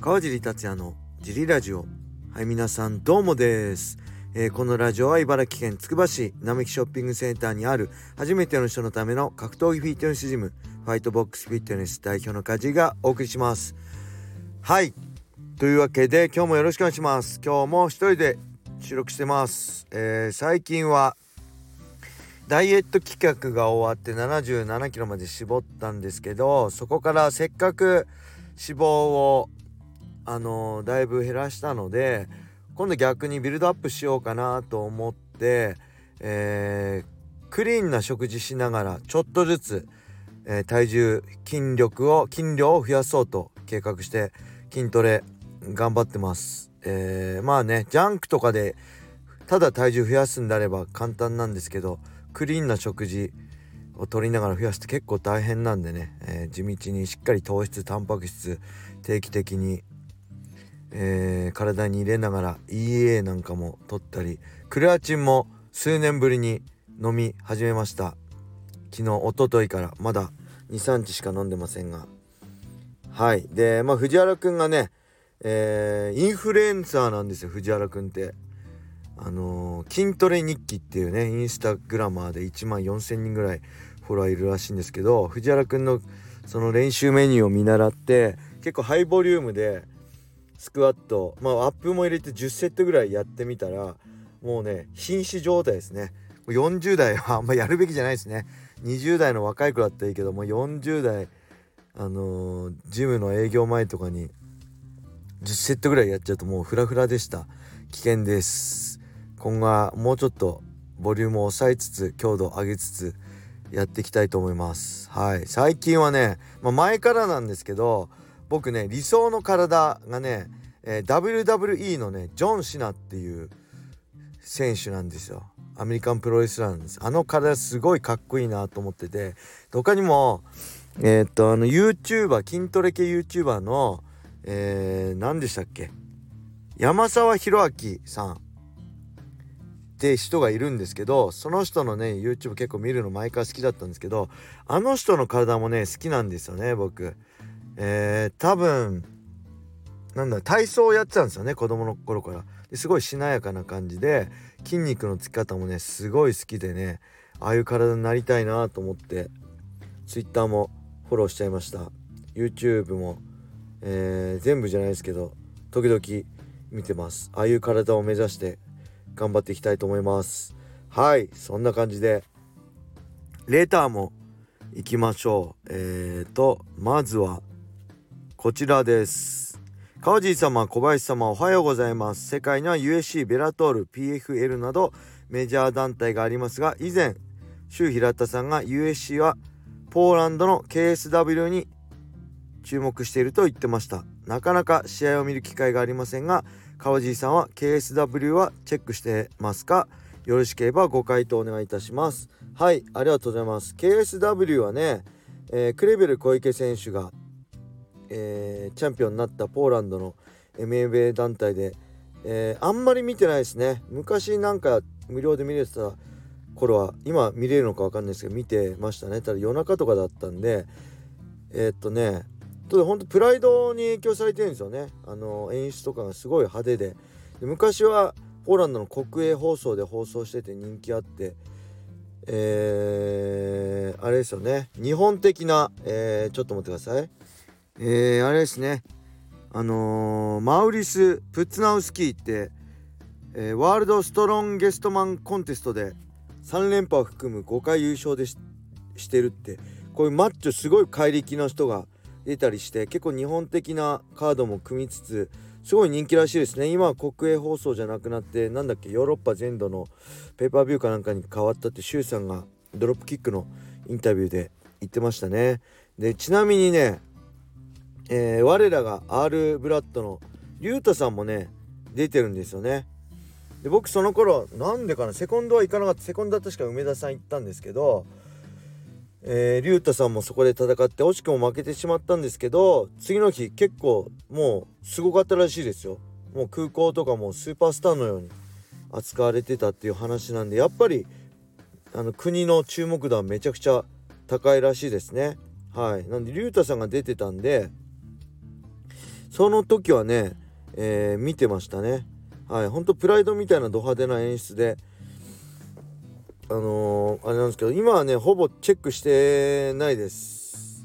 川尻達也のジリラジオ。はい、皆さんどうもです。このラジオは茨城県つくば市並木ショッピングセンターにある初めての人のための格闘技フィットネスジム、ファイトボックスフィットネス代表の梶がお送りします。はい、というわけで今日もよろしくお願いします。今日も一人で収録してます。最近はダイエット企画が終わって77キロまで絞ったんですけど、そこからせっかく脂肪をだいぶ減らしたので、今度逆にビルドアップしようかなと思って、クリーンな食事しながらちょっとずつ、体重筋量を増やそうと計画して筋トレ頑張ってます。まあね、ジャンクとかでただ体重増やすんであれば簡単なんですけど、クリーンな食事を取りながら増やすって結構大変なんでね、地道にしっかり糖質タンパク質定期的に、体に入れながら EA なんかも取ったり、クレアチンも数年ぶりに飲み始めました。昨日一昨日からまだ 2,3 日しか飲んでませんが、はいで藤原くんがね、インフルエンサーなんですよ。藤原くんって筋トレ日記っていうねインスタグラマーで14,000人ぐらいフォロワーいるらしいんですけど、藤原くんのその練習メニューを見習って結構ハイボリュームでスクワット、アップも入れて10セットぐらいやってみたら、もうね瀕死状態ですね。40代はあんまやるべきじゃないですね。20代の若い子だったらいいけども、40代ジムの営業前とかに10セットぐらいやっちゃうともうフラフラでした。危険です。今後はもうちょっとボリュームを抑えつつ強度を上げつつやっていきたいと思います。はい、最近はね、前からなんですけど、僕ね理想の体がね、WWE のねジョン・シナっていう選手なんですよ。アメリカンプロレスラーなんです。体すごいかっこいいなと思ってて、他にもYouTuber 筋トレ系 YouTuber の何でしたっけ、山沢弘明さんって人がいるんですけど、その人のね YouTube 結構見るの前から好きだったんですけど、あの人の体もね好きなんですよね僕。多分体操をやってたんですよね、子供の頃から。ですごいしなやかな感じで筋肉のつき方もねすごい好きでね、ああいう体になりたいなと思って Twitter もフォローしちゃいました。 YouTube も、全部じゃないですけど時々見てます。ああいう体を目指して頑張っていきたいと思います。はい、そんな感じでレターも行きましょう。まずはこちらです。川尻様、小林様、おはようございます。世界には USC、ベラトール、PFL などメジャー団体がありますが、以前周平田さんが USC はポーランドの KSW に注目していると言ってました。なかなか試合を見る機会がありませんが、川尻さんは KSW はチェックしてますか？よろしければご回答お願いいたします。はい、ありがとうございます。 KSW はね、クレベル小池選手がチャンピオンになったポーランドの MMA 団体で、あんまり見てないですね。昔なんか無料で見れてた頃は、今見れるのか分かんないですけど見てましたね。ただ夜中とかだったんで、ほんとプライドに影響されてるんですよね。演出とかがすごい派手で、昔はポーランドの国営放送で放送してて人気あって、あれですよね、日本的な、ちょっと待ってください。あれですね、マウリス・プッツナウスキーって、ワールドストロンゲストマンコンテストで3連覇を含む5回優勝してるって、こういうマッチョすごい怪力の人が出たりして、結構日本的なカードも組みつつすごい人気らしいですね。今は国営放送じゃなくなって、ヨーロッパ全土のペーパービューかなんかに変わったってシュウさんがドロップキックのインタビューで言ってましたね。でちなみにね、我らが R ブラッドのリュウタさんもね出てるんですよね。で僕その頃なんでかな、セコンドは行かなかった。セコンドは確か梅田さん行ったんですけど、リュウタさんもそこで戦って惜しくも負けてしまったんですけど、次の日結構もうすごかったらしいですよ。もう空港とかもスーパースターのように扱われてたっていう話なんで、やっぱり国の注目度はめちゃくちゃ高いらしいですね。はい、なんでリュウタさんが出てたんで、 その時はね、見てましたね。はい、ほんとプライドみたいなド派手な演出であれなんですけど、今はねほぼチェックしてないです。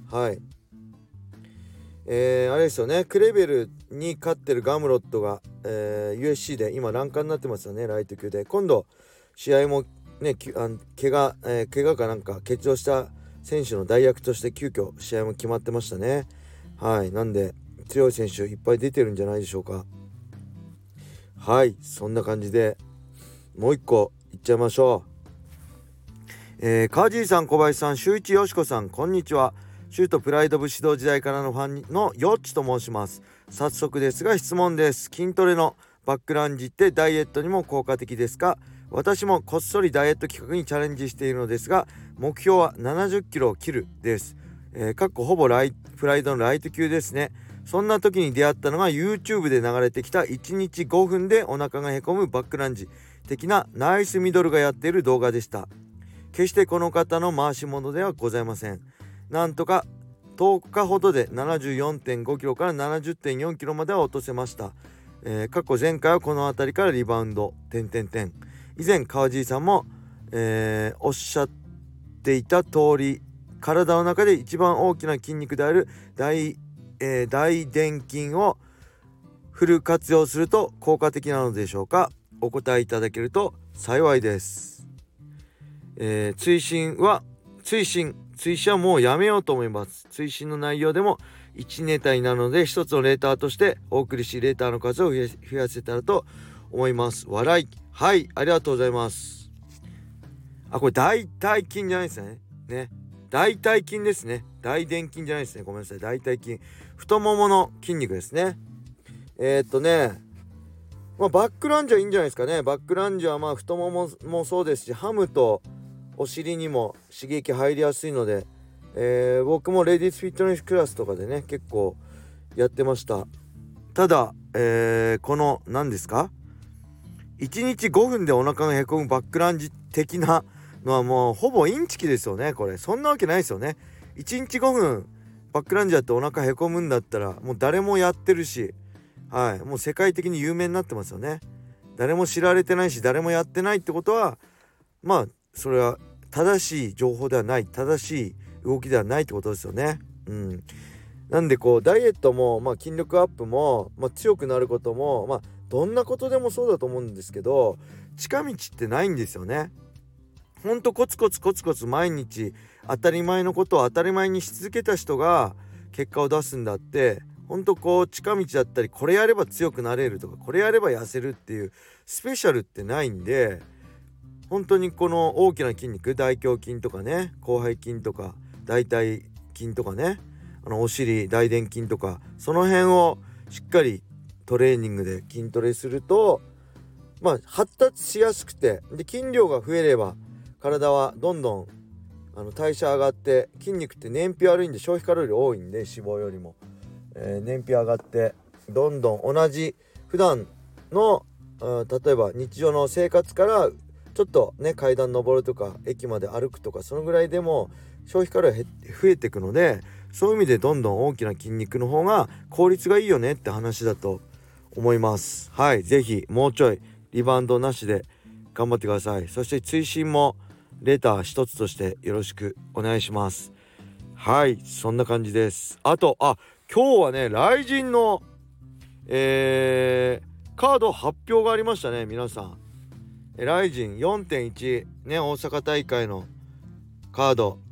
はい。あれですよね、クレベルに勝ってるガムロットが、USC で今ランカーになってますよね、ライト級で。今度試合もね、怪我かなんか欠場した選手の代役として急遽試合も決まってましたね。はい。なんで強い選手いっぱい出てるんじゃないでしょうか。はい、そんな感じでもう一個いっちゃいましょう。カージーさん、小林さん、周一よしこさん、こんにちは。シュートプライド武士道時代からのファンのヨッチと申します。早速ですが質問です。筋トレのバックランジってダイエットにも効果的ですか？私もこっそりダイエット企画にチャレンジしているのですが、目標は70キロを切るです。ほぼプライドのライト級ですね。そんな時に出会ったのが YouTube で流れてきた1日5分でお腹がへこむバックランジ的なナイスミドルがやっている動画でした。決してこの方の回し物ではございません。なんとか10日ほどで 74.5 キロから 70.4 キロまでは落とせました。過去前回はこの辺りからリバウンド以前川地さんも、おっしゃっていた通り、体の中で一番大きな筋肉である大臀筋をフル活用すると効果的なのでしょうか？お答えいただけると幸いです。追伸はもうやめようと思います。追伸の内容でも1ネタになるので、一つのレーターとしてお送りし、レーターの数を増やせたらと思います。笑い。はい、ありがとうございます。これ大腿筋じゃないですね。大腿筋ですね。大臀筋じゃないですね。ごめんなさい。大腿筋。太ももの筋肉ですね。バックランジはいいんじゃないですかね。バックランジは太もももそうですし、ハムとお尻にも刺激入りやすいので、僕もレディースフィットネスクラスとかでね結構やってました。ただ、この何ですか、1日5分でお腹がへこむバックランジ的なのはもうほぼインチキですよね。これそんなわけないですよね。1日5分バックランジやってお腹へこむんだったらもう誰もやってるし、はい、もう世界的に有名になってますよね。誰も知られてないし誰もやってないってことは、それは正しい情報ではない、正しい動きではないってことですよね。なんでダイエットも、筋力アップも、強くなることも、どんなことでもそうだと思うんですけど、近道ってないんですよね。ほんとコツコツ毎日当たり前のことを当たり前にし続けた人が結果を出すんだって、ほんと近道だったり、これやれば強くなれるとか、これやれば痩せるっていうスペシャルってないんで、本当にこの大きな筋肉、大胸筋とかね、広背筋とか大腿筋とかね、お尻大臀筋とか、その辺をしっかりトレーニングで筋トレすると、発達しやすくて、で筋量が増えれば体はどんどん代謝上がって、筋肉って燃費悪いんで消費カロリー多いんで、脂肪よりも、燃費上がってどんどん同じ普段の例えば日常の生活からちょっとね階段登るとか駅まで歩くとか、そのぐらいでも消費カロリー増えていくので、そういう意味でどんどん大きな筋肉の方が効率がいいよねって話だと思います。はい、ぜひもうちょいリバウンドなしで頑張ってください。そして追伸もレター一つとしてよろしくお願いします。はい、そんな感じです。あと今日はね雷神のカード発表がありましたね。皆さん、ライジン 4.1 ね、大阪大会のカード、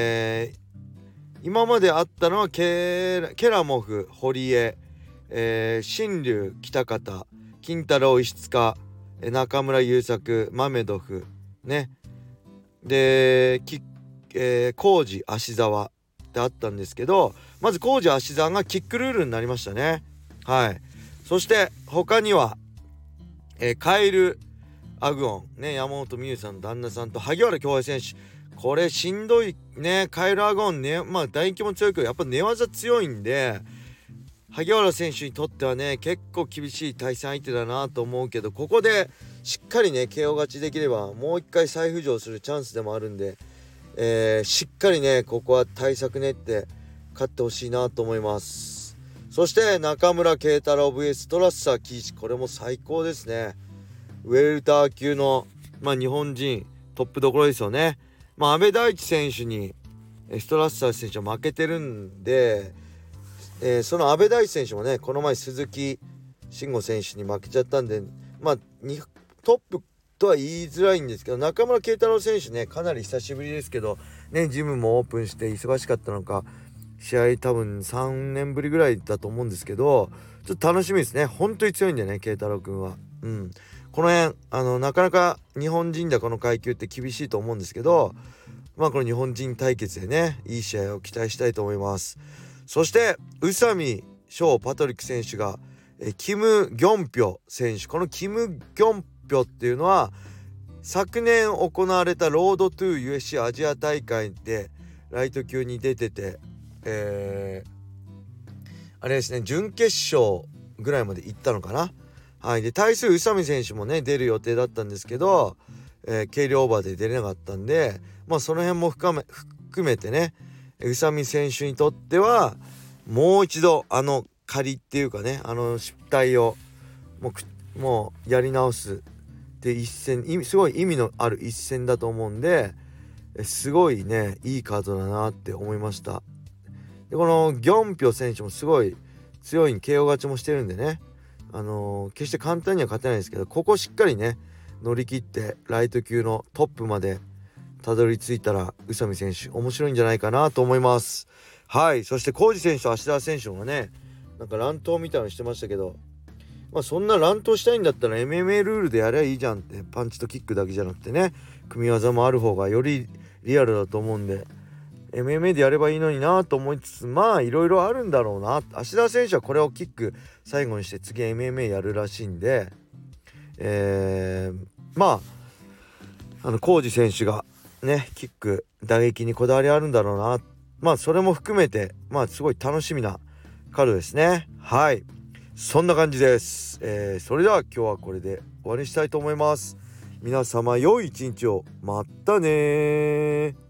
今まであったのはケラモフ、堀江、新竜、北方、金太郎、石塚、中村優作、マメドフね、でコージ、芦沢ってあったんですけど、まずコージ、芦沢がキックルールになりましたね。はい。そして他には、カエルアグオンね、山本美優さんの旦那さんと萩原恭平選手、これしんどいね。カエルアグオンね、打撃も強いけどやっぱ寝技強いんで、萩原選手にとってはね結構厳しい対戦相手だなと思うけど、ここでしっかりね KO 勝ちできればもう一回再浮上するチャンスでもあるんで、しっかりねここは対策練って勝ってほしいなと思います。 そして中村慶太郎 VS ストラッサー騎士、これも最高ですね。ウェルター級の、日本人トップどころですよね。阿部大地選手にストラッサー選手は負けてるんで、その阿部大地選手もね、この前鈴木慎吾選手に負けちゃったんで、トップとは言いづらいんですけど、中村慶太郎選手ね、かなり久しぶりですけどね、ジムもオープンして忙しかったのか、試合多分3年ぶりぐらいだと思うんですけど、ちょっと楽しみですね。本当に強いんだよね、慶太郎くんは。この辺なかなか日本人でこの階級って厳しいと思うんですけど、この日本人対決でね、いい試合を期待したいと思います。そして宇佐美翔パトリック選手がキム・ギョンピョ選手、このキム・ギョンピョっていうのは昨年行われたロードトゥ USC アジア大会でライト級に出てて、あれですね、準決勝ぐらいまで行ったのかな。で対する宇佐美選手もね出る予定だったんですけど、軽量オーバーで出れなかったんで、その辺も含めてね、宇佐美選手にとってはもう一度借りっていうかね、失態をもうやり直すって一戦、すごい意味のある一戦だと思うんで、すごいねいいカードだなって思いました。でこのギョンピョ選手もすごい強い KO 勝ちもしてるんでね、決して簡単には勝てないですけど、ここしっかりね乗り切ってライト級のトップまでたどり着いたら宇佐美選手面白いんじゃないかなと思います。そして浩二選手と芦田選手もね、なんか乱闘みたいなのしてましたけど、そんな乱闘したいんだったら MMA ルールでやりゃいいじゃんって、パンチとキックだけじゃなくてね、組み技もある方がよりリアルだと思うんで MMA でやればいいのになと思いつつ、いろいろあるんだろうな。芦田選手はこれをキック最後にして次 MMA やるらしいんで、浩二選手がねキック打撃にこだわりあるんだろうな。それも含めてすごい楽しみなカードですね。そんな感じです。それでは今日はこれで終わりにしたいと思います。皆様良い一日を。またね。